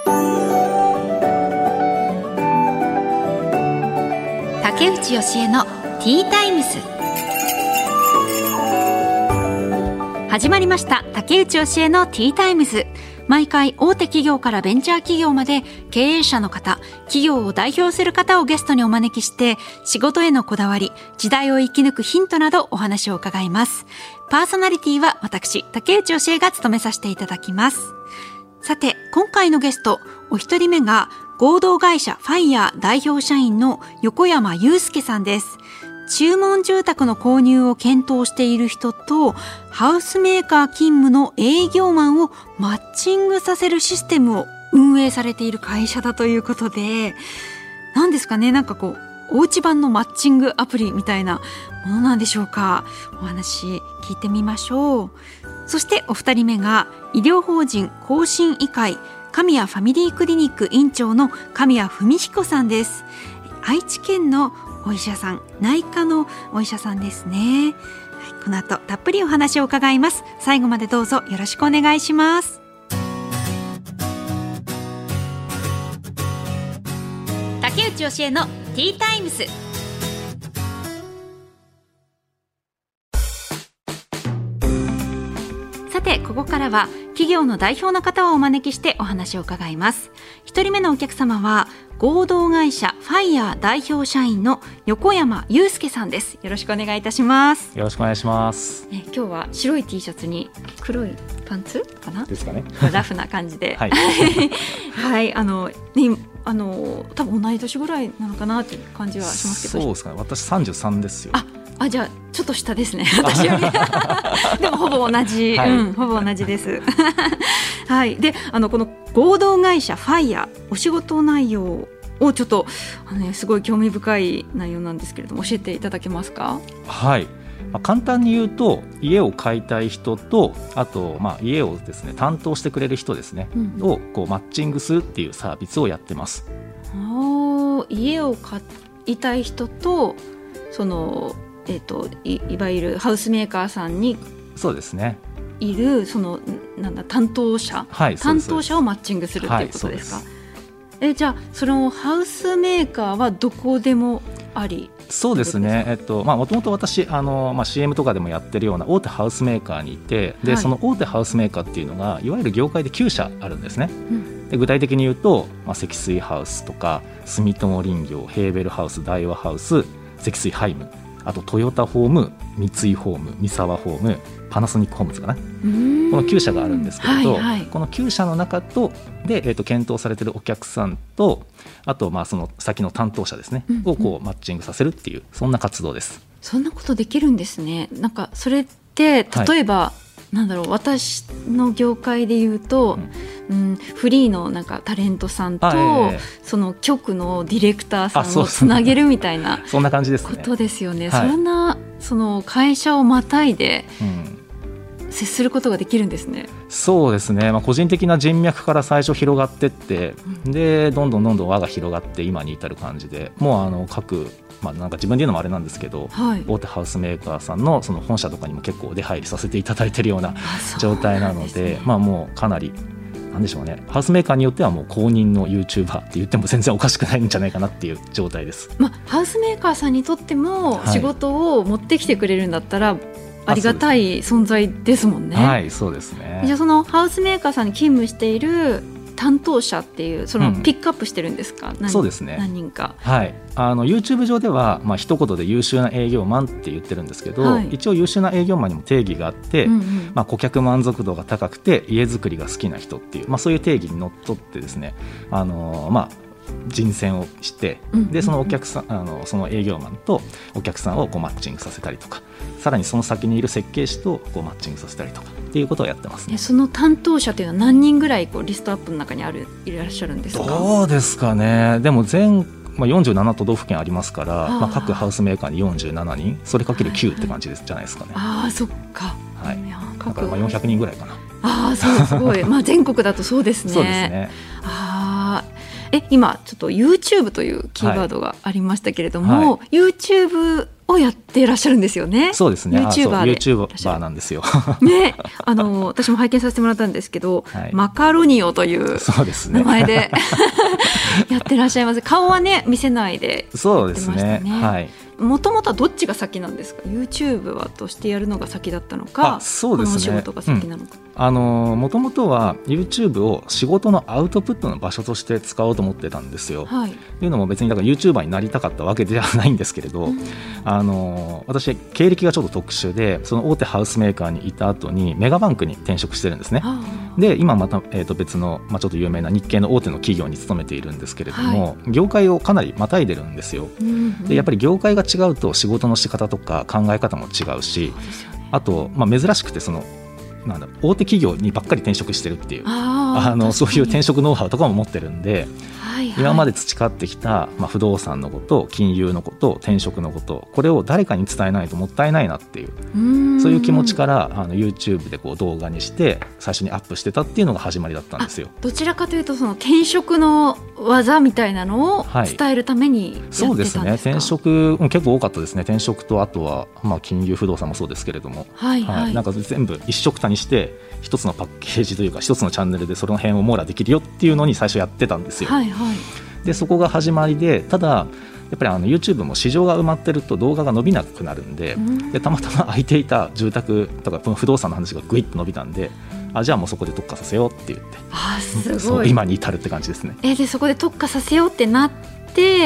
竹内義恵のティータイムス。始まりました。竹内義恵のティータイムズ。毎回大手企業からベンチャー企業まで経営者の方、企業を代表する方をゲストにお招きして仕事へのこだわり、時代を生き抜くヒントなどお話を伺います。パーソナリティは私竹内義恵が務めさせていただきます。さて今回のゲストお一人目が合同会社ファイヤー代表社員の横山祐介さんです。注文住宅の購入を検討している人とハウスメーカー勤務の営業マンをマッチングさせるシステムを運営されている会社だということで、何ですかね、なんかこうおうち版のマッチングアプリみたいなものなんでしょうか。お話聞いてみましょう。そしてお二人目が医療法人更新医会神谷ファミリークリニック院長の神谷文彦さんです。愛知県のお医者さん、内科のお医者さんですね。この後たっぷりお話を伺います。最後までどうぞよろしくお願いします。竹内義恵のティータイムス。さてここからは企業の代表の方をお招きしてお話を伺います。一人目のお客様は合同会社ファイヤー代表社員の横山祐介さんです。よろしくお願いいたします。 よろしくお願いします。 今日は白い T シャツに黒いパンツかなですかね。 ラフな感じではい、 はい、多分同い年ぐらいなのかなっていう感じはしますけど。 そうですかね。私33ですよ。 じゃあちょっと下ですね私よりでもほぼ同じ、はい、ほぼ同じですはい。でこの合同会社ファイヤーお仕事内容をちょっとすごい興味深い内容なんですけれども教えていただけますか。 はい、簡単に言うと家を買いたい人とあと、家をですね担当してくれる人ですね、をこうマッチングするっていうサービスをやってます。 家を買いたい人とそのいわゆるハウスメーカーさんにそうですねいるその担当者、担当者をマッチングするっていうことですか。じゃあそのハウスメーカーはどこでもあり。 そうですね。もともと私CM とかでもやってるような大手ハウスメーカーにいて、で、その大手ハウスメーカーっていうのがいわゆる業界で9社あるんですね。で具体的に言うと、積水ハウスとか住友林業、ヘーベルハウス、大和ハウス、積水ハイム、あとトヨタホーム、三井ホーム、三沢ホーム、パナソニックホームズかな。この9社があるんですけれど、この9社の中で、検討されているお客さんとあとその先の担当者ですね、をこうマッチングさせるっていうそんな活動です。 そんなことできるんですね。なんかそれって例えば、私の業界で言うと、フリーのタレントさんと、その局のディレクターさんをつなげるみたいなそんな感じですね。 ことですよね。その会社をまたいで、接することができるんですね。 そうですね、個人的な人脈から最初広がってって、でどんどん輪が広がって今に至る感じで、もう各自分で言うのもあれなんですけど、大手ハウスメーカーさんのその本社とかにも結構出入りさせていただいているような状態なので、もうかなりなんでしょうね、ハウスメーカーによってはもう公認の YouTuber って言っても全然おかしくないんじゃないかなっていう状態です。 ハウスメーカーさんにとっても仕事を持ってきてくれるんだったら、ありがたい存在ですもんね。 はい、そうですね。 じゃあそのハウスメーカーさんに勤務している担当者っていうそのピックアップしてるんですか。 そうですね、 何人か。 YouTube 上では、一言で優秀な営業マンって言ってるんですけど、一応優秀な営業マンにも定義があって、顧客満足度が高くて家づくりが好きな人っていう、そういう定義にのっとってですね、人選をして、でそのお客さんその営業マンとお客さんをこうマッチングさせたりとか、さらにその先にいる設計士とこうマッチングさせたりとかっていうことをやってますね。 その担当者というのは何人ぐらいリストアップの中にいらっしゃるんですか。 どうですかね。でも47都道府県ありますから、各ハウスメーカーに47人、それかける9って感じじゃないですかね。 そっか。 だから400人ぐらいかな。 すごい全国だとそうですね。 そうですね。 今ちょっと YouTube というキーワードがありましたけれども、YouTube をやっていらっしゃるんですよね。 そうですね。 YouTuber なんですよ。 ね、私も拝見させてもらったんですけど、 はい、 マカロニオという名前でやってらっしゃいます。顔はね見せないでやってましたね。 そうですね。はい。 もともとはどっちが先なんですか？ YouTube はとしてやるのが先だったのか、 そうですね、 このお仕事が先なのか。 もともとは YouTube を仕事のアウトプットの場所として使おうと思ってたんですよ。はい、というのも別にだから YouTuber になりたかったわけではないんですけれど、私経歴がちょっと特殊で、その大手ハウスメーカーにいた後にメガバンクに転職してるんですね。で今また、別の、ちょっと有名な日系の大手の企業に勤めているんですけれども、業界をかなりまたいでるんですよ。でやっぱり業界が違うと仕事の仕方とか考え方も違うし、あと、珍しくて大手企業にばっかり転職してるっていうそういう転職ノウハウとかも持ってるんで、今まで培ってきた、不動産のこと金融のこと転職のことこれを誰かに伝えないともったいないなっていうそういう気持ちからYouTube でこう動画にして最初にアップしてたっていうのが始まりだったんですよ。 どちらかというとその転職の技みたいなのを伝えるためにやってたんですか？そうですね、転職結構多かったですね。転職とあとは、金融不動産もそうですけれども、なんか全部一緒くたにして一つのパッケージというか一つのチャンネルでその辺を網羅できるよっていうのに最初やってたんですよ。でそこが始まりで、ただやっぱりYouTube も市場が埋まってると動画が伸びなくなるんで、たまたま空いていた住宅とか不動産の話がぐいっと伸びたんで、じゃあもうそこで特化させようって言って、 すごい今に至るって感じですね。 でそこで特化させようってなって、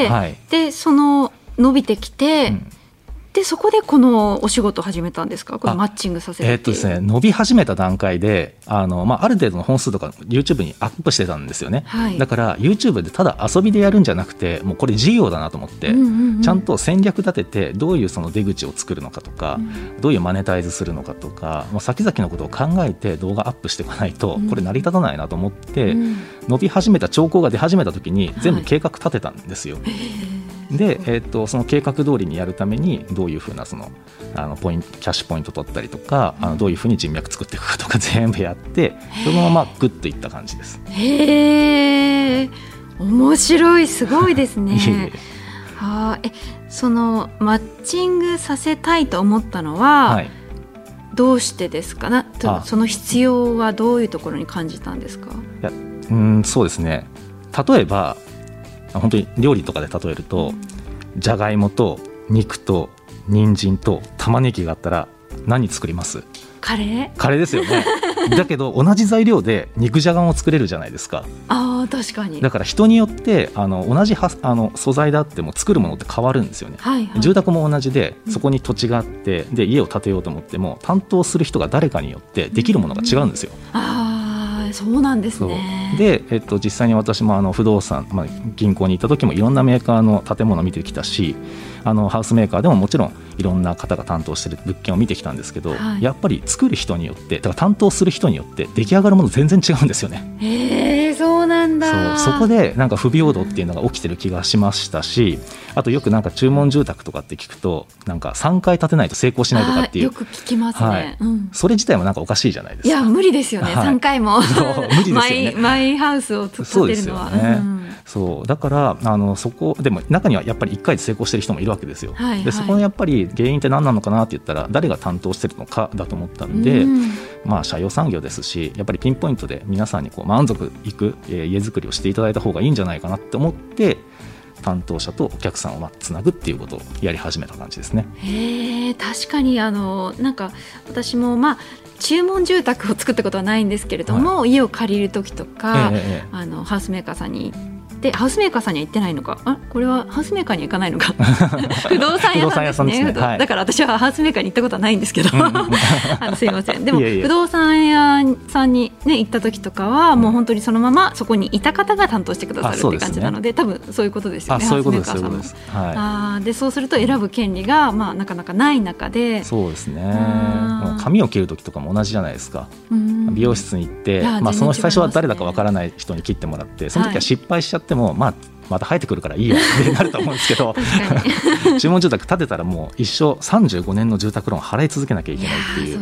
でその伸びてきて、でそこでこのお仕事を始めたんですか？このマッチングさせるっていう。 伸び始めた段階である程度の本数とか YouTube にアップしてたんですよね。だから YouTube でただ遊びでやるんじゃなくて、もうこれ事業だなと思って、ちゃんと戦略立ててどういうその出口を作るのかとか、どういうマネタイズするのかとか、もう先々のことを考えて動画アップしていかないとこれ成り立たないなと思って、伸び始めた兆候が出始めた時に全部計画立てたんですよ。でその計画通りにやるためにどういうふうなそのキャッシュポイント取ったりとか、どういうふうに人脈作っていくかとか全部やって、そのままグッといった感じです。 へー、面白い、すごいですね。そのマッチングさせたいと思ったのは、どうしてですか？その必要はどういうところに感じたんですか？ そうですね、例えば本当に料理とかで例えると、じゃがいもと肉と人参と玉ねぎがあったら何作ります？カレーですよね。だけど同じ材料で肉じゃがを作れるじゃないですか。 確かに。 だから人によって同じ素材であっても作るものって変わるんですよね。住宅も同じで、そこに土地があってで家を建てようと思っても担当する人が誰かによってできるものが違うんですよ。 そうなんですね。 で、実際に私も不動産、銀行に行った時もいろんなメーカーの建物を見てきたし、ハウスメーカーでももちろんいろんな方が担当している物件を見てきたんですけど、やっぱり作る人によってだから担当する人によって出来上がるもの全然違うんですよね。 そうなんだ。 そこでなんか不平等っていうのが起きてる気がしましたし、あとよくなんか注文住宅とかって聞くとなんか3回建てないと成功しないとかっていう、 よく聞きますね。 それ自体もなんかおかしいじゃないですか。 いや無理ですよね、3回も無理ですよね。 マイハウスを建てるのは。 そうだからそこでも中にはやっぱり1回で成功してる人もいるわけですよ。でそこのやっぱり原因って何なのかなって言ったら、誰が担当してるのかだと思ったんで、社用産業ですし、やっぱりピンポイントで皆さんにこう満足いく家づくりをしていただいた方がいいんじゃないかなって思って、担当者とお客さんをつなぐっていうことをやり始めた感じですね。 確かになんか私も注文住宅を作ったことはないんですけれども、家を借りる時とか、ハウスメーカーさんに行ってハウスメーカーさんには行ってないのか、これはハウスメーカーには行かないのか不動産屋さんですね。だから私はハウスメーカーに行ったことはないんですけどすいません。でも不動産屋さんに、行った時とかはもう本当にそのままそこにいた方が担当してくださるって感じなので、多分そういうことですよね。 そういうことです。 でそうすると選ぶ権利がなかなかない中で、 そうですね。髪を切る時とかも同じじゃないですか。美容室に行って、その最初は誰だかわからない人に切ってもらって、その時は失敗しちゃっても、また生えてくるからいいやってなると思うんですけど注文住宅建てたらもう一生35年の住宅ローン払い続けなきゃいけないっていう。 そ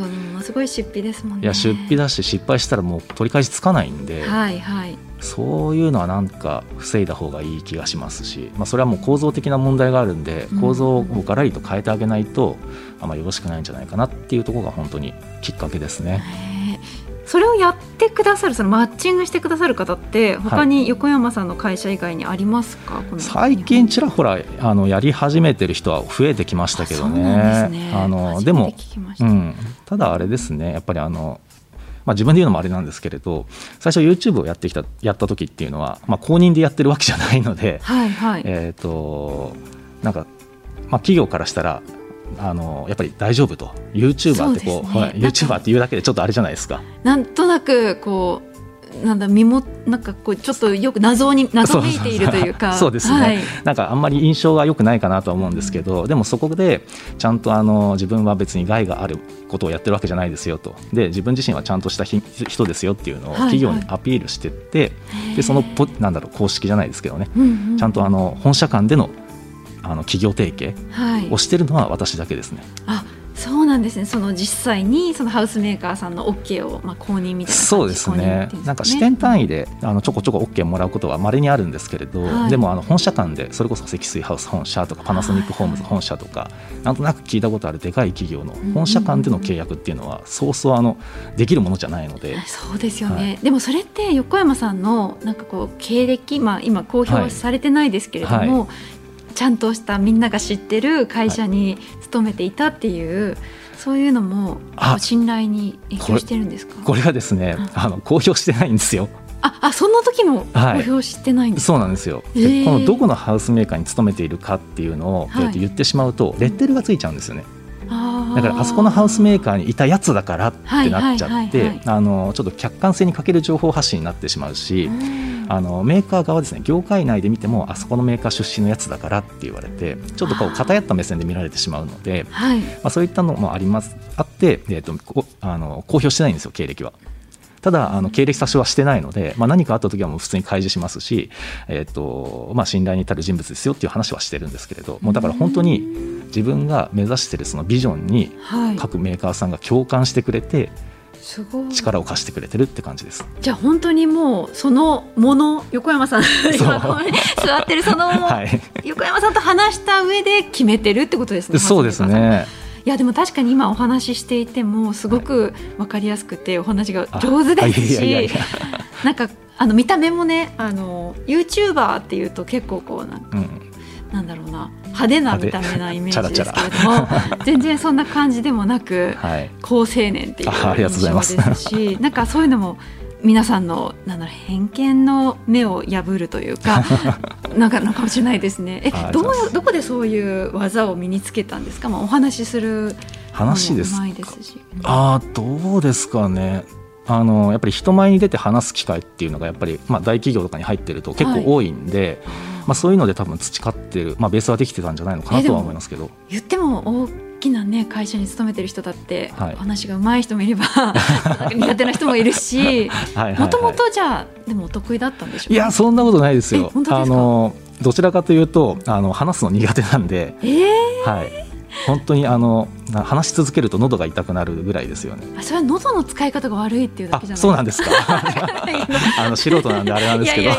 すごい出費ですもんね。 いや出費だし失敗したらもう取り返しつかないんで、 はいはい、 そういうのはなんか防いだ方がいい気がしますし、それはもう構造的な問題があるんで、構造をガラリと変えてあげないとあんまよろしくないんじゃないかなっていうところが本当にきっかけですね。 それをやってくださる、そのマッチングしてくださる方って他に横山さんの会社以外にありますか？この最近ちらほらやり始めてる人は増えてきましたけどね。でも、ただあれですね、やっぱり自分で言うのもあれなんですけれど、最初 YouTube をやった時っていうのは、公認でやってるわけじゃないので、 はいはい、 なんか、企業からしたらやっぱり大丈夫と YouTuber ってYouTuber っていうだけでちょっとあれじゃないですか。 なんとなくこうなんかこうちょっとよく謎めいているというかそうですね、はい、なんかあんまり印象が良くないかなとは思うんですけど、でもそこでちゃんと自分は別に害があることをやってるわけじゃないですよと、で自分自身はちゃんとした人ですよっていうのを企業にアピールしてって、はいはい、でその公式じゃないですけどね、ちゃんと本社間での企業提携をしてるのは私だけですね。 あ、そうなんですね。その実際にそのハウスメーカーさんの OK を公認みたいな感じ。 そうですね。なんか支店単位でちょこちょこ OK もらうことは稀にあるんですけれど、はい、でも本社間でそれこそ積水ハウス本社とかパナソニックホームズ本社とか、なんとなく聞いたことあるでかい企業の本社間での契約っていうのはそうそうできるものじゃないので。 そうですよね、はい、でもそれって横山さんのなんかこう経歴、今公表されてないですけれども、はいはい、ちゃんとしたみんなが知ってる会社に勤めていたっていう、はい、そういうのも信頼に影響してるんですか？ これはですね、公表してないんですよ。 その時も公表してないんですか？ そうなんですよ。でこのどこのハウスメーカーに勤めているかっていうのを言ってしまうと、レッテルがついちゃうんですよね。だからあそこのハウスメーカーにいたやつだからってなっちゃって、ちょっと客観性に欠ける情報発信になってしまうし、メーカー側ですね、業界内で見てもあそこのメーカー出身のやつだからって言われて、ちょっとこう偏った目線で見られてしまうので、そういったのもあって、公表してないんですよ、経歴は。ただ経歴詐称はしてないので、何かあった時はもう普通に開示しますし、信頼に至る人物ですよっていう話はしてるんですけれども、だから本当に自分が目指しているそのビジョンに各メーカーさんが共感してくれて、すごい力を貸してくれてるって感じです。 じゃあ本当にもうそのもの、横山さん今ここに座ってるその、はい、横山さんと話した上で決めてるってことですね。 そうですね。 いやでも確かに今お話ししていてもすごく分かりやすくてお話が上手ですし、なんか見た目もね、YouTuber っていうと結構こうなんだろうな、派手な見た目なイメージですけれども全然そんな感じでもなく、好青年っていう印象ですし、なんかそういうのも皆さんの偏見の目を破るというかなんかのかもしれないですね。どこでそういう技を身につけたんですか？お話しする話ですか？どうですかね。やっぱり人前に出て話す機会っていうのがやっぱり、大企業とかに入ってると結構多いんで、そういうので多分培ってる、ベースはできてたんじゃないのかなとは思いますけど。 言っても大きな、会社に勤めてる人だって、お話が上手い人もいれば苦手な人もいるし、もともとじゃあでもお得意だったんでしょうか？ いやそんなことないですよ。 本当ですか？ どちらかというと話すの苦手なんで、本当に話し続けると喉が痛くなるぐらいですよね。それは喉の使い方が悪いっていうだけじゃないですか？ そうなんですか素人なんであれなんですけど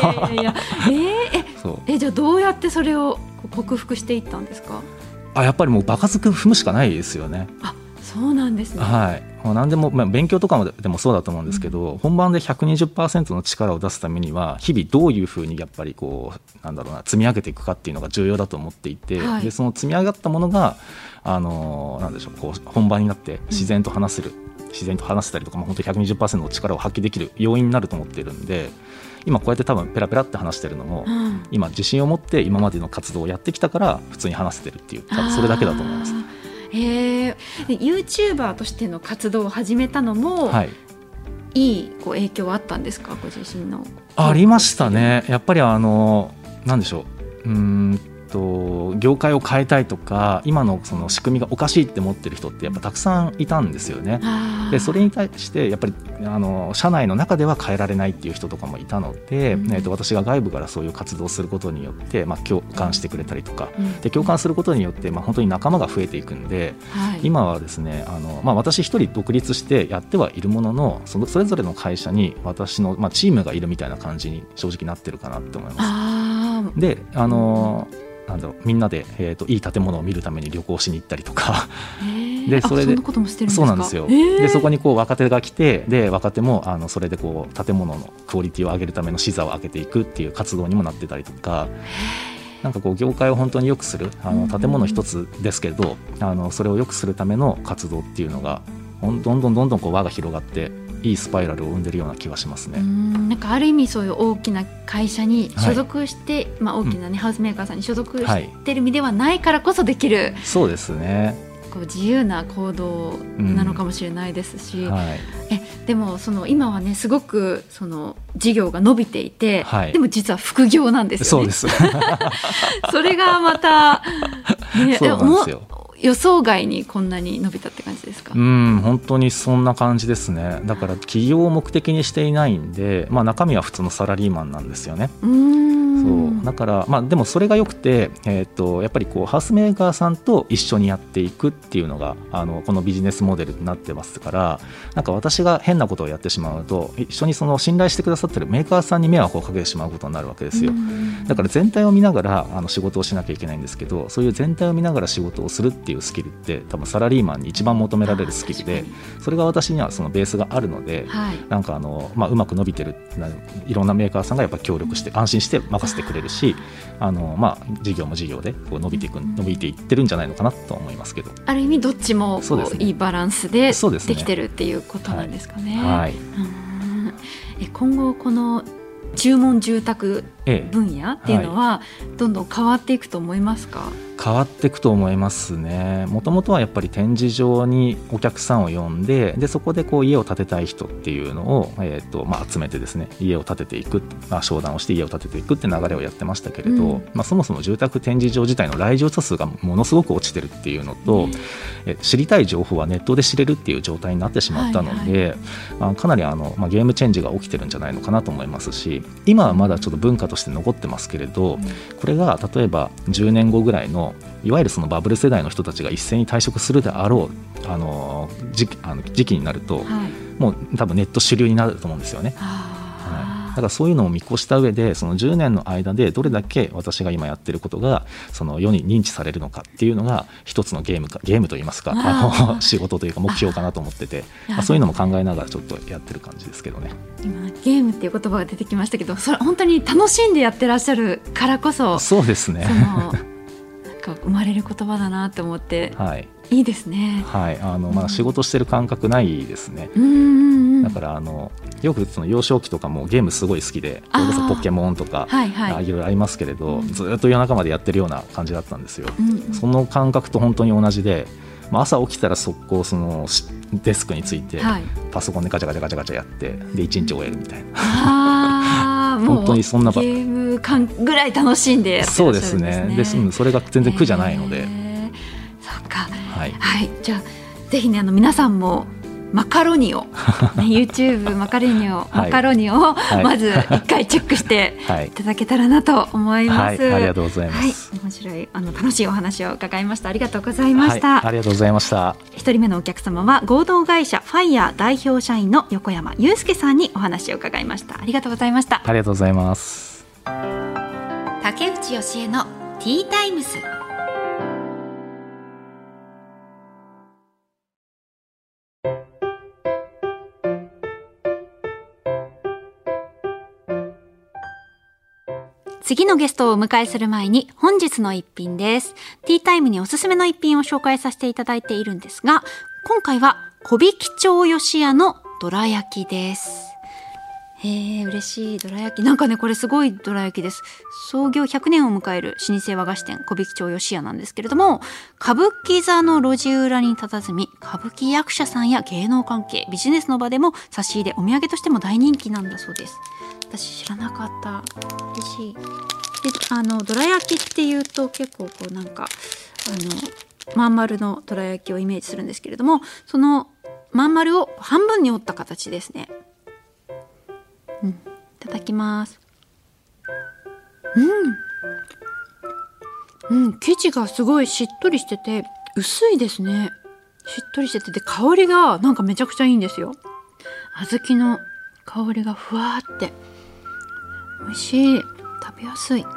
じゃあどうやってそれを克服していったんですか？ やっぱりもう場数踏むしかないですよね。 そうなんですね。 何でも、勉強とかでもそうだと思うんですけど、本番で 120% の力を出すためには日々どういうふうにやっぱり積み上げていくかっていうのが重要だと思っていて、でその積み上がったものがなんでしょう、本番になって自然と話せたりとか、本当に 120% の力を発揮できる要因になると思っているんで、今こうやって多分ペラペラって話してるのも、今自信を持って今までの活動をやってきたから普通に話せてるっていう、多分それだけだと思います。 YouTuber としての活動を始めたのも、いい影響はあったんですか？ご自身の。 ありましたね。やっぱりなんでしょう、 業界を変えたいとか今のその仕組みがおかしいって思ってる人ってやっぱたくさんいたんですよね。でそれに対してやっぱり社内の中では変えられないっていう人とかもいたので、私が外部からそういう活動をすることによって、共感してくれたりとか、で共感することによって、本当に仲間が増えていくんで、今はですね私一人独立してやってはいるもののそれぞれの会社に私の、チームがいるみたいな感じに正直なってるかなって思います。でみんなで、いい建物を見るために旅行しに行ったりとかでそれでそんなこともしてるんですか。 そうなんですよ。でそこにこう若手が来てで若手もそれでこう建物のクオリティを上げるための視座を上げていくっていう活動にもなってたりとか、なんかこう業界を本当に良くする建物一つですけどそれを良くするための活動っていうのがどんどんこう輪が広がっていいスパイラルを生んでるような気がしますね。 なんかある意味そういう大きな会社に所属して、大きな、ハウスメーカーさんに所属してる身ではないからこそできる、 そうですね、 こう自由な行動なのかもしれないですし、でも今はねすごくその事業が伸びていて、でも実は副業なんですよね。そうですそれがまた、そうなんですよ。予想外にこんなに伸びたって感じですか。 本当にそんな感じですね。だから企業を目的にしていないんで、中身は普通のサラリーマンなんですよね。そうだからでもそれがよくて、やっぱりこうハウスメーカーさんと一緒にやっていくっていうのがこのビジネスモデルになってますから、なんか私が変なことをやってしまうと一緒にその信頼してくださってるメーカーさんに迷惑をかけてしまうことになるわけですよ。だから全体を見ながら仕事をしなきゃいけないんですけど、そういう全体を見ながら仕事をするっていうスキルって多分サラリーマンに一番求められるスキルで、それが私にはそのベースがあるので、なんかうまく伸びてるいろんなメーカーさんがやっぱ協力して安心して任せてくれるし、事業も事業でこう伸びていってるんじゃないのかなと思いますけど、 ある意味どっちもこういいバランスでできてるっていうことなんですかね。今後この注文住宅分野っていうのはどんどん変わっていくと思いますか。 変わっていくと思いますね。もともとはやっぱり展示場にお客さんを呼んで、そこでこう家を建てたい人っていうのを、集めてですね家を建てていく、商談をして家を建てていくって流れをやってましたけれど、そもそも住宅展示場自体の来場者数がものすごく落ちてるっていうのと、知りたい情報はネットで知れるっていう状態になってしまったので、かなりゲームチェンジが起きてるんじゃないのかなと思いますし、今はまだちょっと文化として残ってますけれど、これが例えば10年後ぐらいのいわゆるそのバブル世代の人たちが一斉に退職するであろう時期になると、もう多分ネット主流になると思うんですよね。だからそういうのを見越した上でその10年の間でどれだけ私が今やってることがその世に認知されるのかっていうのが一つのゲームといいますか仕事というか目標かなと思ってて、そういうのも考えながらちょっとやってる感じですけどね。 今ゲームっていう言葉が出てきましたけど、それ本当に楽しんでやってらっしゃるからこそ、 そうですね、 生まれる言葉だなと思って、いいですね。仕事してる感覚ないですね。だからよくその幼少期とかもゲームすごい好きで、それこそポケモンとかいろいろありますけれど、ずっと夜中までやってるような感じだったんですよ。その感覚と本当に同じで、朝起きたら速攻そのデスクについて、パソコンでガチャガチャガチャガチャやってで1日終えるみたいな本当にそんなゲーム感ぐらい楽しんでやってらっしゃるんですね。 そうですね。それが全然苦じゃないので、 そうか、じゃあぜひね皆さんもマカロニを、YouTube マカロニをまず一回チェックしていただけたらなと思います。 ありがとうございます。 面白い楽しいお話を伺いました。ありがとうございました。 ありがとうございました。 一人目のお客様は合同会社ファイヤー代表社員の横山祐介さんにお話を伺いました。ありがとうございました。 ありがとうございます。 竹内義恵のティータイムズ。次のゲストをお迎えする前に本日の一品です。ティータイムにおすすめの一品を紹介させていただいているんですが、今回は小引町吉屋のどら焼きです。嬉しいどら焼き。なんかねこれすごいどら焼きです。創業100年を迎える老舗和菓子店小引町吉屋なんですけれども、歌舞伎座の路地裏に佇み、歌舞伎役者さんや芸能関係ビジネスの場でも差し入れお土産としても大人気なんだそうです。私知らなかった。嬉しい。 どら焼きっていうと結構こうなんかまん丸のどら焼きをイメージするんですけれども、そのまん丸を半分に折った形ですね。いただきます。生地がすごいしっとりしてて薄いですね。しっとりしてて、で香りがなんかめちゃくちゃいいんですよ。小豆の香りがふわーって美味しい、食べやすい。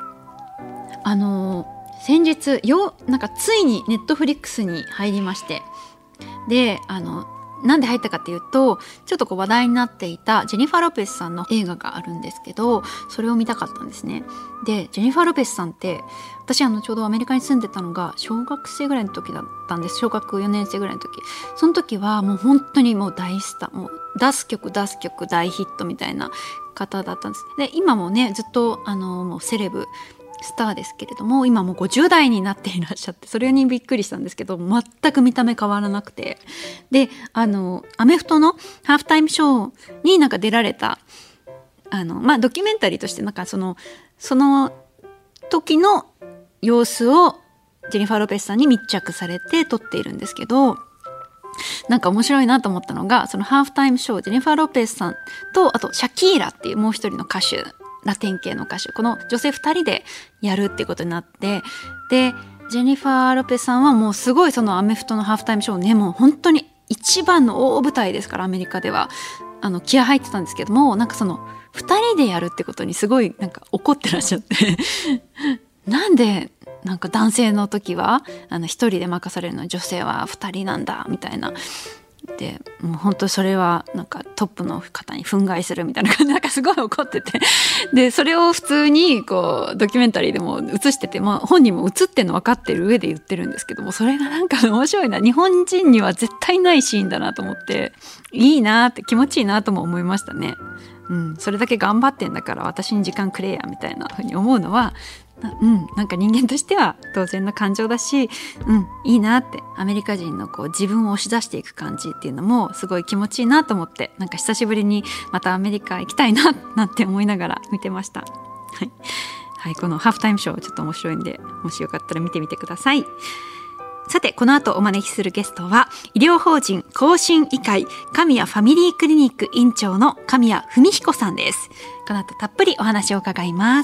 先日なんかついにネットフリックスに入りまして、でなんで入ったかっていうと、ちょっとこう話題になっていたジェニファー・ロペスさんの映画があるんですけど、それを見たかったんですね。でジェニファー・ロペスさんって、私ちょうどアメリカに住んでたのが小学生ぐらいの時だったんです。小学4年生ぐらいの時。その時はもう本当にもう大スター、もう出す曲大ヒットみたいな方だったんです。で今もねずっともうセレブスターですけれども、今もう50代になっていらっしゃって、それにびっくりしたんですけど、全く見た目変わらなくて、でアメフトのハーフタイムショーになんか出られたドキュメンタリーとしてなんかその時の様子をジェニファー・ロペスさんに密着されて撮っているんですけど、なんか面白いなと思ったのが、そのハーフタイムショー、ジェニファー・ロペスさんとあとシャキーラっていうもう一人の歌手、ラテン系の歌手、この女性2人でやるっていうことになって、でジェニファー・ロペスさんはもうすごいそのアメフトのハーフタイムショーね、もう本当に一番の大舞台ですから、アメリカでは気合入ってたんですけども、なんかその2人でやるってことにすごいなんか怒ってらっしゃってなんでなんか男性の時は1人で任されるのに女性は2人なんだみたいな。でもう本当それはなんかトップの方に憤慨するみたいな感じで、なんかすごい怒ってて、でそれを普通にこうドキュメンタリーでも映してて、本人も映ってるの分かってる上で言ってるんですけども、それがなんか面白いな、日本人には絶対ないシーンだなと思って、いいなって気持ちいいなとも思いましたね。それだけ頑張ってんだから私に時間くれやみたいな風に思うのは、なんか人間としては当然の感情だし、いいなって、アメリカ人のこう自分を押し出していく感じっていうのもすごい気持ちいいなと思って、なんか久しぶりにまたアメリカ行きたいななんて思いながら見てました。はい、このハーフタイムショーちょっと面白いんで、もしよかったら見てみてください。さてこの後お招きするゲストは、医療法人更新医会神谷ファミリークリニック院長の神谷文彦さんです。この後たっぷりお話を伺います。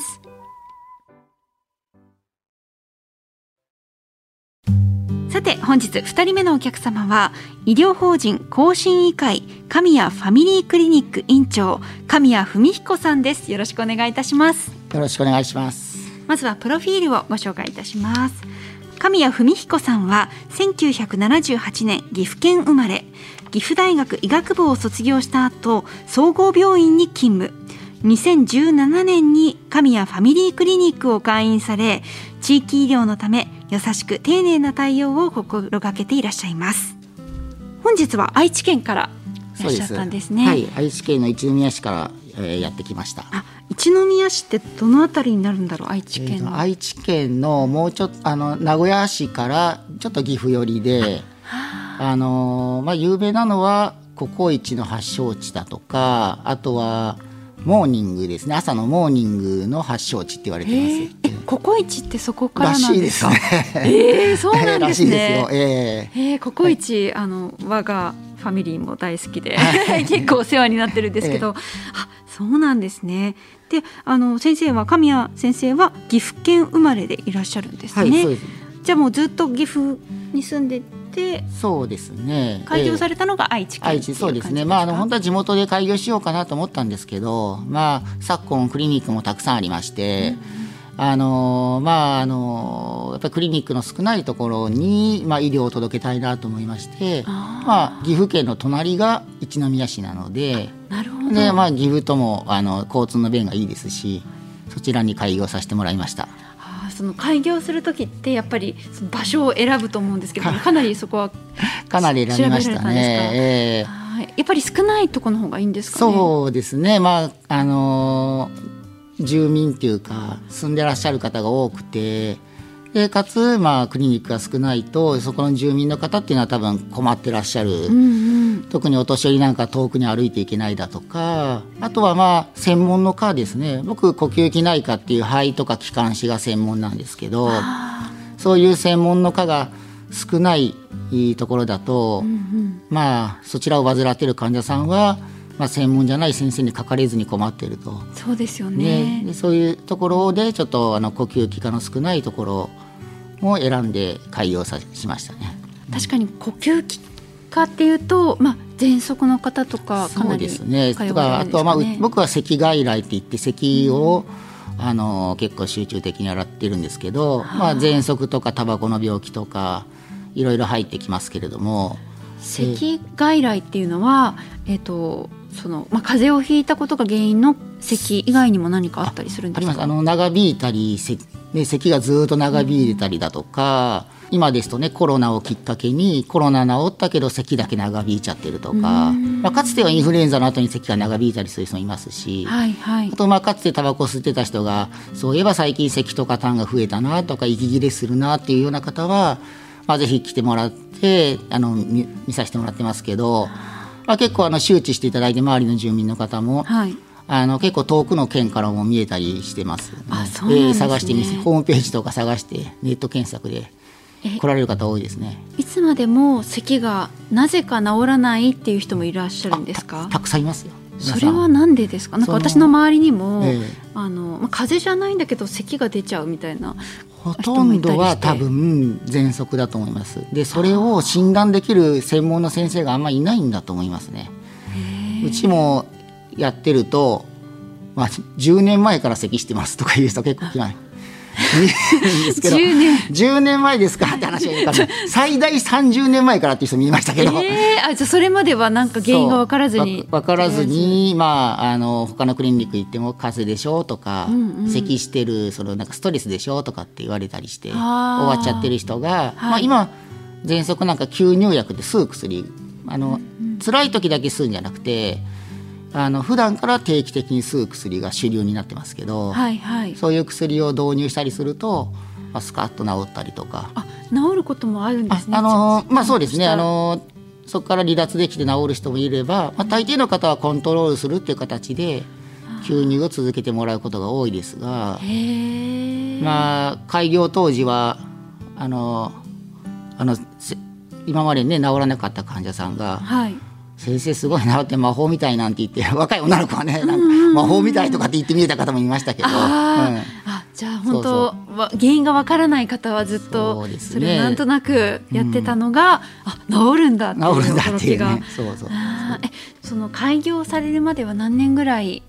さて本日2人目のお客様は、医療法人更新医会神谷ファミリークリニック院長神谷文彦さんです。よろしくお願いいたします。 よろしくお願いします。 まずはプロフィールをご紹介いたします。神谷文彦さんは1978年岐阜県生まれ、岐阜大学医学部を卒業した後総合病院に勤務。2017年に神谷ファミリークリニックを開院され、地域医療のため優しく丁寧な対応を心がけていらっしゃいます。本日は愛知県からいらっしゃったんですね。 はい、愛知県の一宮市から、やってきました。 一宮市ってどのあたりになるんだろう。愛知県の、 愛知県のもうちょっと名古屋市からちょっと岐阜寄りで、有名なのはココイチの発祥地だとか、あとはモーニングですね、朝のモーニングの発祥地って言われてます。 ココイチってそこからなんですか。 らしいですね。 そうなんですね。 らしいですよ。 ココイチ、我がファミリーも大好きで結構お世話になってるんですけど、そうなんですね。で先生は神谷先生は岐阜県生まれでいらっしゃるんですね。 はい、そうです。 じゃあもうずっと岐阜に住んでて、 そうですね、 開業されたのが愛知県っていう感じですか。 そうですね。本当は地元で開業しようかなと思ったんですけど、昨今クリニックもたくさんありまして、やっぱりクリニックの少ないところに、医療を届けたいなと思いまして、岐阜県の隣が一宮市なので、 なるほど。 で、岐阜とも交通の便がいいですし、そちらに開業させてもらいました。 その開業する時ってやっぱりその場所を選ぶと思うんですけど、かなりそこはかなり選びましたね。 やっぱり少ないところの方がいいんですかね。 そうですね。住民っていうか住んでらっしゃる方が多くて、でかつクリニックが少ないと、そこの住民の方っていうのは多分困ってらっしゃる特にお年寄りなんか遠くに歩いていけないだとか、あとは専門の科ですね。僕呼吸器内科っていう肺とか気管支が専門なんですけど、そういう専門の科が少ないところだと、そちらを患っている患者さんは、専門じゃない先生にかかれずに困っていると。 そうですよね。 でそういうところでちょっと呼吸器科の少ないところを選んで開業しましたね。 確かに呼吸器科っていうと、喘息の方とかかなり通われるんですかね。 そうですね。あとは僕は咳外来って言って咳を、結構集中的に洗ってるんですけど、喘息とかタバコの病気とかいろいろ入ってきますけれども、 咳外来っていうのは、風邪をひいたことが原因の咳以外にも何かあったりするんですか？ あります。長引いたり咳がずっと長引いてたりだとか、今ですとね、コロナをきっかけにコロナ治ったけど咳だけ長引いちゃってるとか、かつてはインフルエンザの後に咳が長引いたりする人もいますし、あとかつてタバコ吸ってた人がそういえば最近咳とか痰が増えたなとか息切れするなっていうような方は、ぜひ来てもらって見させてもらってますけど、結構周知していただいて周りの住民の方も、結構遠くの県からも見えたりしてます、ね。探してホームページとか探してネット検索で来られる方多いですね。 いつまでも咳がなぜか治らないっていう人もいらっしゃるんですか？ たくさんいますよ。 それはなんでですか？私の周りにも、風邪じゃないんだけど咳が出ちゃうみたいなほとんどは多分喘息だと思います。でそれを診断できる専門の先生があんまりいないんだと思いますね。うちもやってると、10年前から咳してますとかいう人結構来ないですけど10年前ですかって話がいいから最大30年前からっていう人見ましたけど、 じゃあそれまではなんか原因が分からずに他のクリニック行っても風邪でしょとか、咳してるなんかストレスでしょとかって言われたりして終わっちゃってる人が、今喘息なんか吸入薬で吸う薬、辛い時だけ吸うんじゃなくて普段から定期的に吸う薬が主流になってますけど、そういう薬を導入したりすると、スカッと治ったりとか。 治ることもあるんですね。 そうですね。そこから離脱できて治る人もいれば、大抵の方はコントロールするっていう形で吸入を続けてもらうことが多いですが、開業当時は今までね治らなかった患者さんが、先生すごいなって魔法みたいなんて言って若い女の子はね魔法みたいとかって言ってみえた方もいましたけど、 じゃあ本当原因がわからない方はずっとそれをなんとなくやってたのが、治るんだっていう驚きが。その開業されるまでは何年ぐらい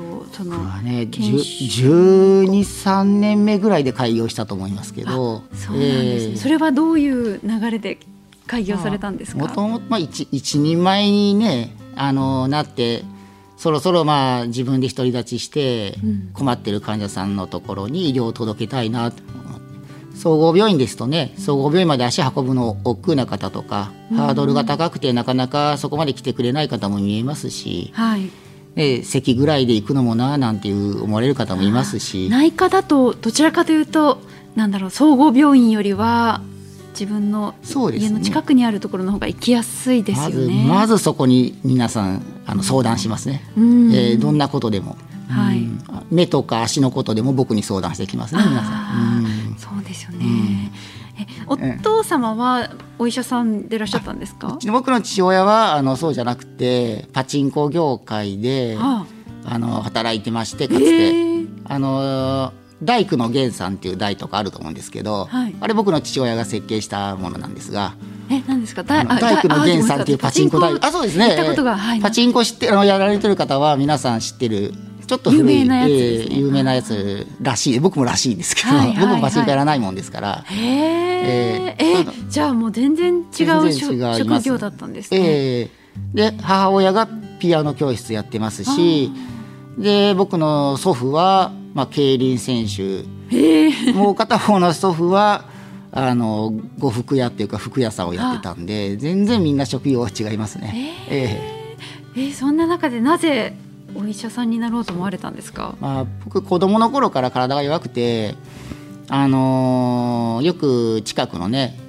12、13年目ぐらいで開業したと思いますけど。 そうなんですね。それはどういう流れで開業されたんですか？ もともと一人前に、ね、なってそろそろ自分で独り立ちして困ってる患者さんのところに医療を届けたいなと。総合病院ですとね、総合病院まで足運ぶの億劫な方とか、ハードルが高くてなかなかそこまで来てくれない方も見えますし、咳ぐらいで行くのもななんて思われる方もいますし、 内科だとどちらかというと総合病院よりは自分の家の近くにあるところの方が行きやすいですよね。 まずそこに皆さん相談しますね。どんなことでも、目とか足のことでも僕に相談してきますね、皆さん。 そうですよね。お父様はお医者さんでいらっしゃったんですか？ 僕の父親はそうじゃなくてパチンコ業界で働いてまして、かつて大工の源さんっていう台とかあると思うんですけど、あれ僕の父親が設計したものなんですが、 何ですか？ 大工の源さんっていうパチンコ台、そうですね。パチンコやられてる方は皆さん知ってるちょっと古い有名なやつらしい。僕もらしいですけど、僕もパチンコやらないもんですから。 じゃあもう全然違う職業だったんですね。 で母親がピアノ教室やってますし、で僕の祖父は競輪選手、もう片方の祖父は呉服屋っていうか服屋さんをやってたんで、全然みんな職業は違いますね。 そんな中でなぜお医者さんになろうと思われたんですか？ 僕子供の頃から体が弱くて、よく近くのね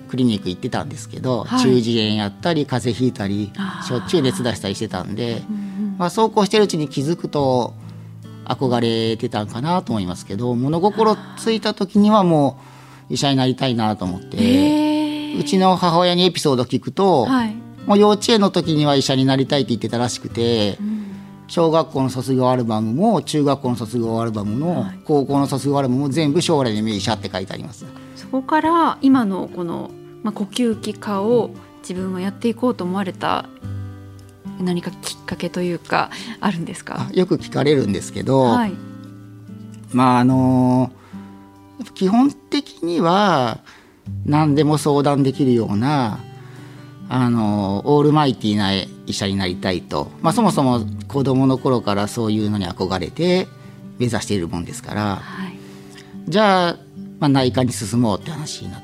クリニック行ってたんですけど、 はい、 中耳炎やったり風邪ひいたりしょっちゅう熱出したりしてたんで、そうこうしてるうちに気づくと憧れてたんかなと思いますけど、物心ついた時にはもう医者になりたいなと思って、うちの母親にエピソード聞くと、はい、もう幼稚園の時には医者になりたいって言ってたらしくて、小学校の卒業アルバムも中学校の卒業アルバムも、はい、高校の卒業アルバムも全部将来の夢医者って書いてあります。 そこから今のこの、呼吸器科を自分はやっていこうと思われた何かきっかけというかあるんですか？ よく聞かれるんですけど、はい、基本的には何でも相談できるようなオールマイティーな医者になりたいと、そもそも子どもの頃からそういうのに憧れて目指しているもんですから、はい、じゃあ、内科に進もうって話になって、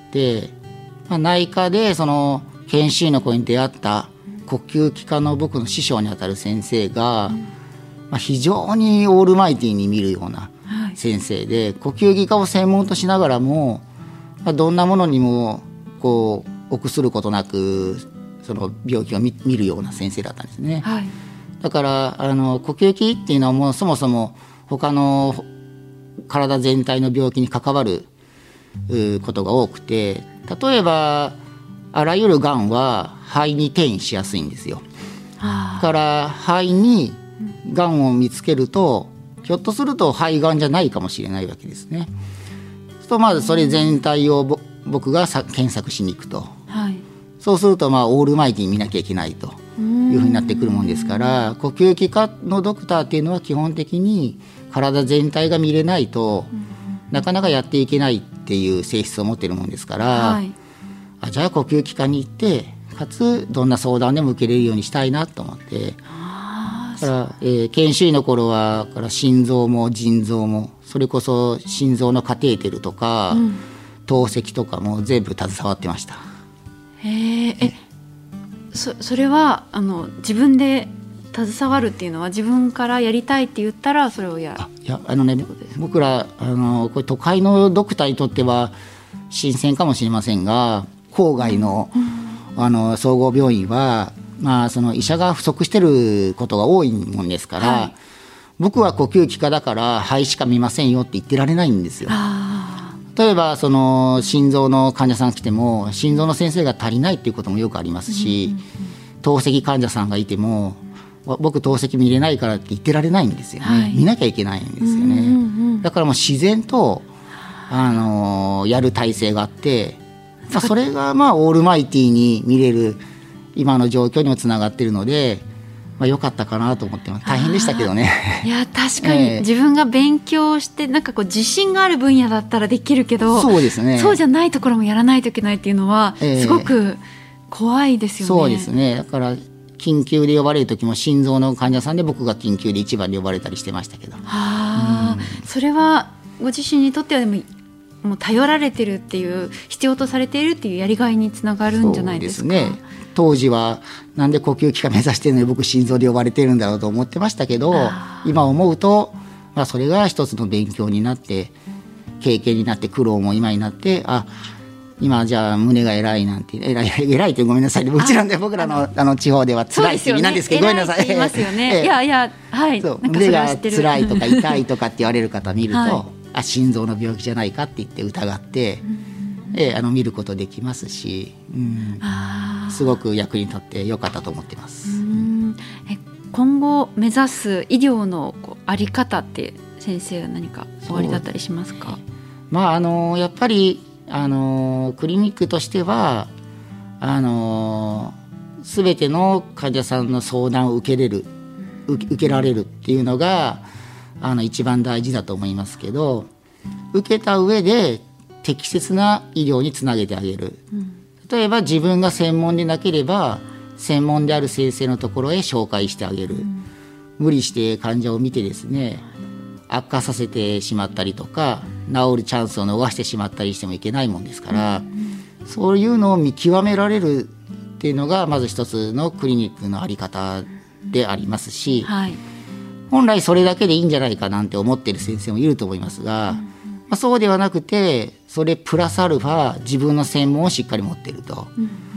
内科でその研修医の子に出会った呼吸器科の僕の師匠にあたる先生が、非常にオールマイティーに見るような先生で、はい、呼吸器科を専門としながらも、どんなものにもこう臆することなくその病気を 見るような先生だったんですね、はい、だから呼吸器っていうのはもうそもそも他の体全体の病気に関わることが多くて、例えばあらゆるがんは肺に転移しやすいんですよ。だから肺にがんを見つけるとひょっとすると肺がんじゃないかもしれないわけですね。とまずそれ全体を僕が検索しに行くと、はい、そうするとオールマイティに見なきゃいけないというふうになってくるもんですから、呼吸器科のドクターっていうのは基本的に体全体が見れないとなかなかやっていけないっていう性質を持っているもんですから、はい、じゃあ呼吸器科に行ってかつどんな相談でも受けれるようにしたいなと思って、だから、研修医の頃はから心臓も腎臓もそれこそ心臓のカテーテルとか、透析とかも全部携わってました。 それは自分で携わるっていうのは自分からやりたいって言ったらそれをいや僕らこれ都会のドクターにとっては新鮮かもしれませんが、郊外の、総合病院は、その医者が不足してることが多いもんですから、はい、僕は呼吸器科だから肺しか見ませんよって言ってられないんですよ。例えばその心臓の患者さん来ても心臓の先生が足りないっていうこともよくありますし、透析患者さんがいても僕透析見れないからって言ってられないんですよね、はい、見なきゃいけないんですよね、だからもう自然とやる体制があって、それがオールマイティに見れる今の状況にもつながっているので、良かったかなと思ってます。大変でしたけどね。 いや確かに、自分が勉強してなんかこう自信がある分野だったらできるけど、 そうですね、 そうじゃないところもやらないといけないっていうのはすごく怖いですよね。 そうですね。だから緊急で呼ばれる時も心臓の患者さんで僕が緊急で一番で呼ばれたりしてましたけど、 それはご自身にとってはでももう頼られてるっていう必要とされているっていうやりがいにつながるんじゃないですか。 そうですね。当時はなんで呼吸器科目指してるのに僕心臓で呼ばれてるんだろうと思ってましたけど、今思うと、それが一つの勉強になって経験になって苦労も今になって、今じゃあ胸が偉いなんて偉いってごめんなさい、うちなんで僕らの地方では辛いって意味なんですけど、ごめんなさい。 言いますよね。いやはい。 胸が辛いとか痛いとかって言われる方見ると、はい、心臓の病気じゃないかって言って疑って、見ることできますし、すごく役に立ってよかったと思ってます。 今後目指す医療のあり方って先生は何かおありだったりしますか？ やっぱりクリニックとしては全ての患者さんの相談を受けられるっていうのが一番大事だと思いますけど、受けた上で適切な医療につなげてあげる、例えば自分が専門でなければ専門である先生のところへ紹介してあげる、無理して患者を見てですね悪化させてしまったりとか治るチャンスを逃してしまったりしてもいけないもんですから、そういうのを見極められるっていうのがまず一つのクリニックのあり方でありますし、本来それだけでいいんじゃないかなんて思っている先生もいると思いますが、 そうではなくてそれプラスアルファ自分の専門をしっかり持っていると、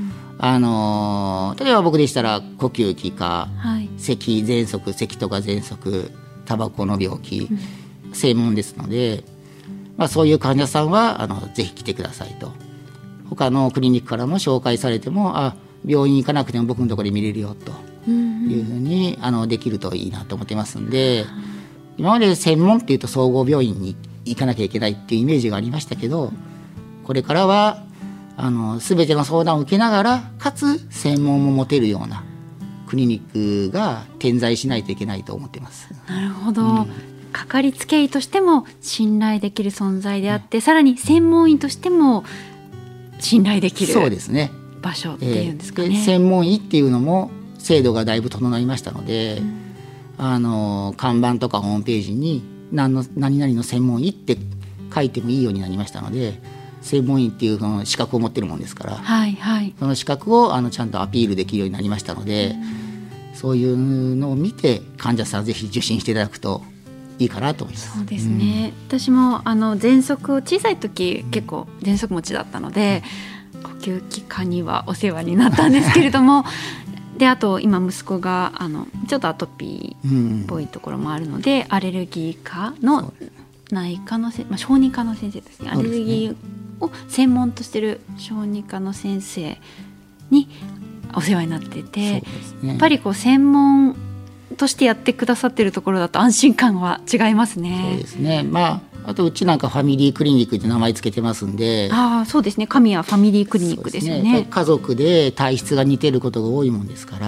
例えば僕でしたら呼吸器科、咳喘息咳とか喘息タバコの病気、専門ですので、そういう患者さんはぜひ来てくださいと。他のクリニックからも紹介されても病院行かなくても僕のところで見れるよというふうにできるといいなと思ってますんで、今まで専門っていうと総合病院に行かなきゃいけないっていうイメージがありましたけど、これからは全ての相談を受けながらかつ専門も持てるようなクリニックが点在しないといけないと思っています。 なるほど、かかりつけ医としても信頼できる存在であって、さらに専門医としても信頼できる場所っていうんですかね。 専門医っていうのも制度がだいぶ整いましたので、看板とかホームページに何々の専門医って書いてもいいようになりましたので、専門医っていうその資格を持ってるもんですから、その資格をちゃんとアピールできるようになりましたので、そういうのを見て患者さんぜひ受診していただくといいかなと思います。 そうですね、私も喘息を小さい時結構喘息持ちだったので、呼吸器科にはお世話になったんですけれどもであと今息子がちょっとアトピーっぽいところもあるので、アレルギー科の内科の小児科の先生ですね、アレルギーを専門としている小児科の先生にお世話になっていて、やっぱり専門としてやってくださっているところだと安心感は違いますね。 そうですね、あとうちなんかファミリークリニックって名前つけてますんで、 そうですね、神谷ファミリークリニックですよね。 家族で体質が似てることが多いもんですから、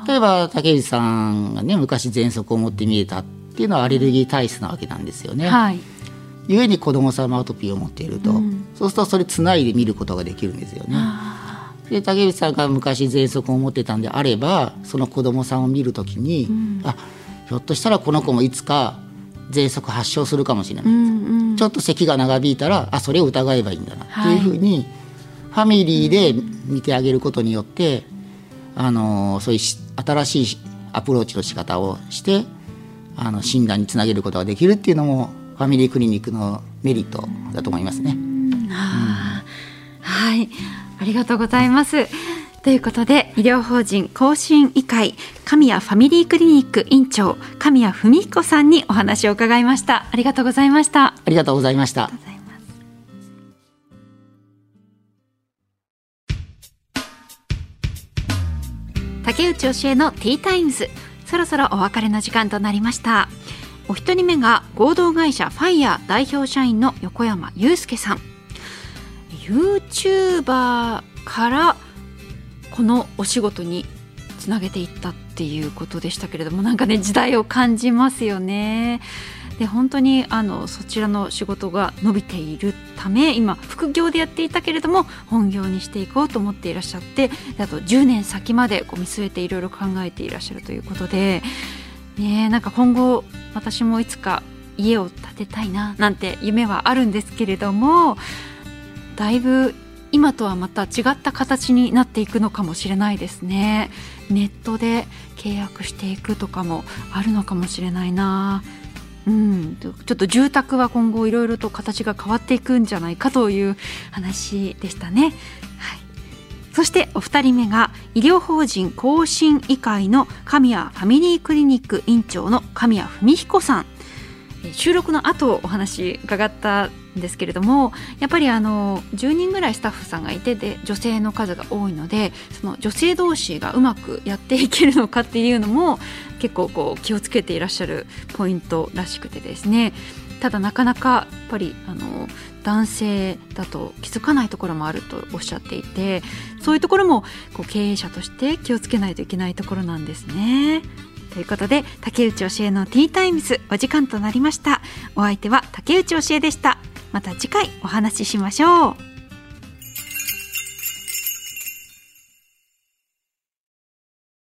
例えば竹内さんがね昔喘息を持って見えたっていうのはアレルギー体質なわけなんですよね。ゆえに子供さんもアトピーを持っていると、そうするとそれつないで見ることができるんですよね。で竹内さんが昔喘息を持ってたんであれば、その子供さんを見るときに、ひょっとしたらこの子もいつか喘息発症するかもしれない、ちょっと咳が長引いたらそれを疑えばいいんだなっていうふうに、ファミリーで見てあげることによって、そういう新しいアプローチの仕方をして診断につなげることができるっていうのもファミリークリニックのメリットだと思いますね。 ありがとうございます。ということで、医療法人更新医会神谷ファミリークリニック院長神谷文彦さんにお話を伺いました。ありがとうございました。 ありがとうございました。 竹内教えのティータイムズ、そろそろお別れの時間となりました。お一人目が合同会社ファイヤー代表社員の横山祐介さん。YouTuber からこのお仕事につなげていったっていうことでしたけれども、なんかね時代を感じますよね。で本当にそちらの仕事が伸びているため、今副業でやっていたけれども本業にしていこうと思っていらっしゃって、あと10年先まで見据えていろいろ考えていらっしゃるということで、なんか今後私もいつか家を建てたいななんて夢はあるんですけれども、だいぶ今とはまた違った形になっていくのかもしれないですね。ネットで契約していくとかもあるのかもしれないな。ちょっと住宅は今後いろいろと形が変わっていくんじゃないかという話でしたね。そしてお二人目が医療法人更新医会の神谷ファミリークリニック院長の神谷文彦さん。収録の後お話伺ったんですけれども、やっぱり10人ぐらいスタッフさんがいて、で女性の数が多いので、その女性同士がうまくやっていけるのかっていうのも結構気をつけていらっしゃるポイントらしくてですね。ただなかなかやっぱり男性だと気づかないところもあるとおっしゃっていて、そういうところも経営者として気をつけないといけないところなんですね。ということで、竹内教えのティータイムズお時間となりました。お相手は竹内教えでした。また次回お話ししましょう。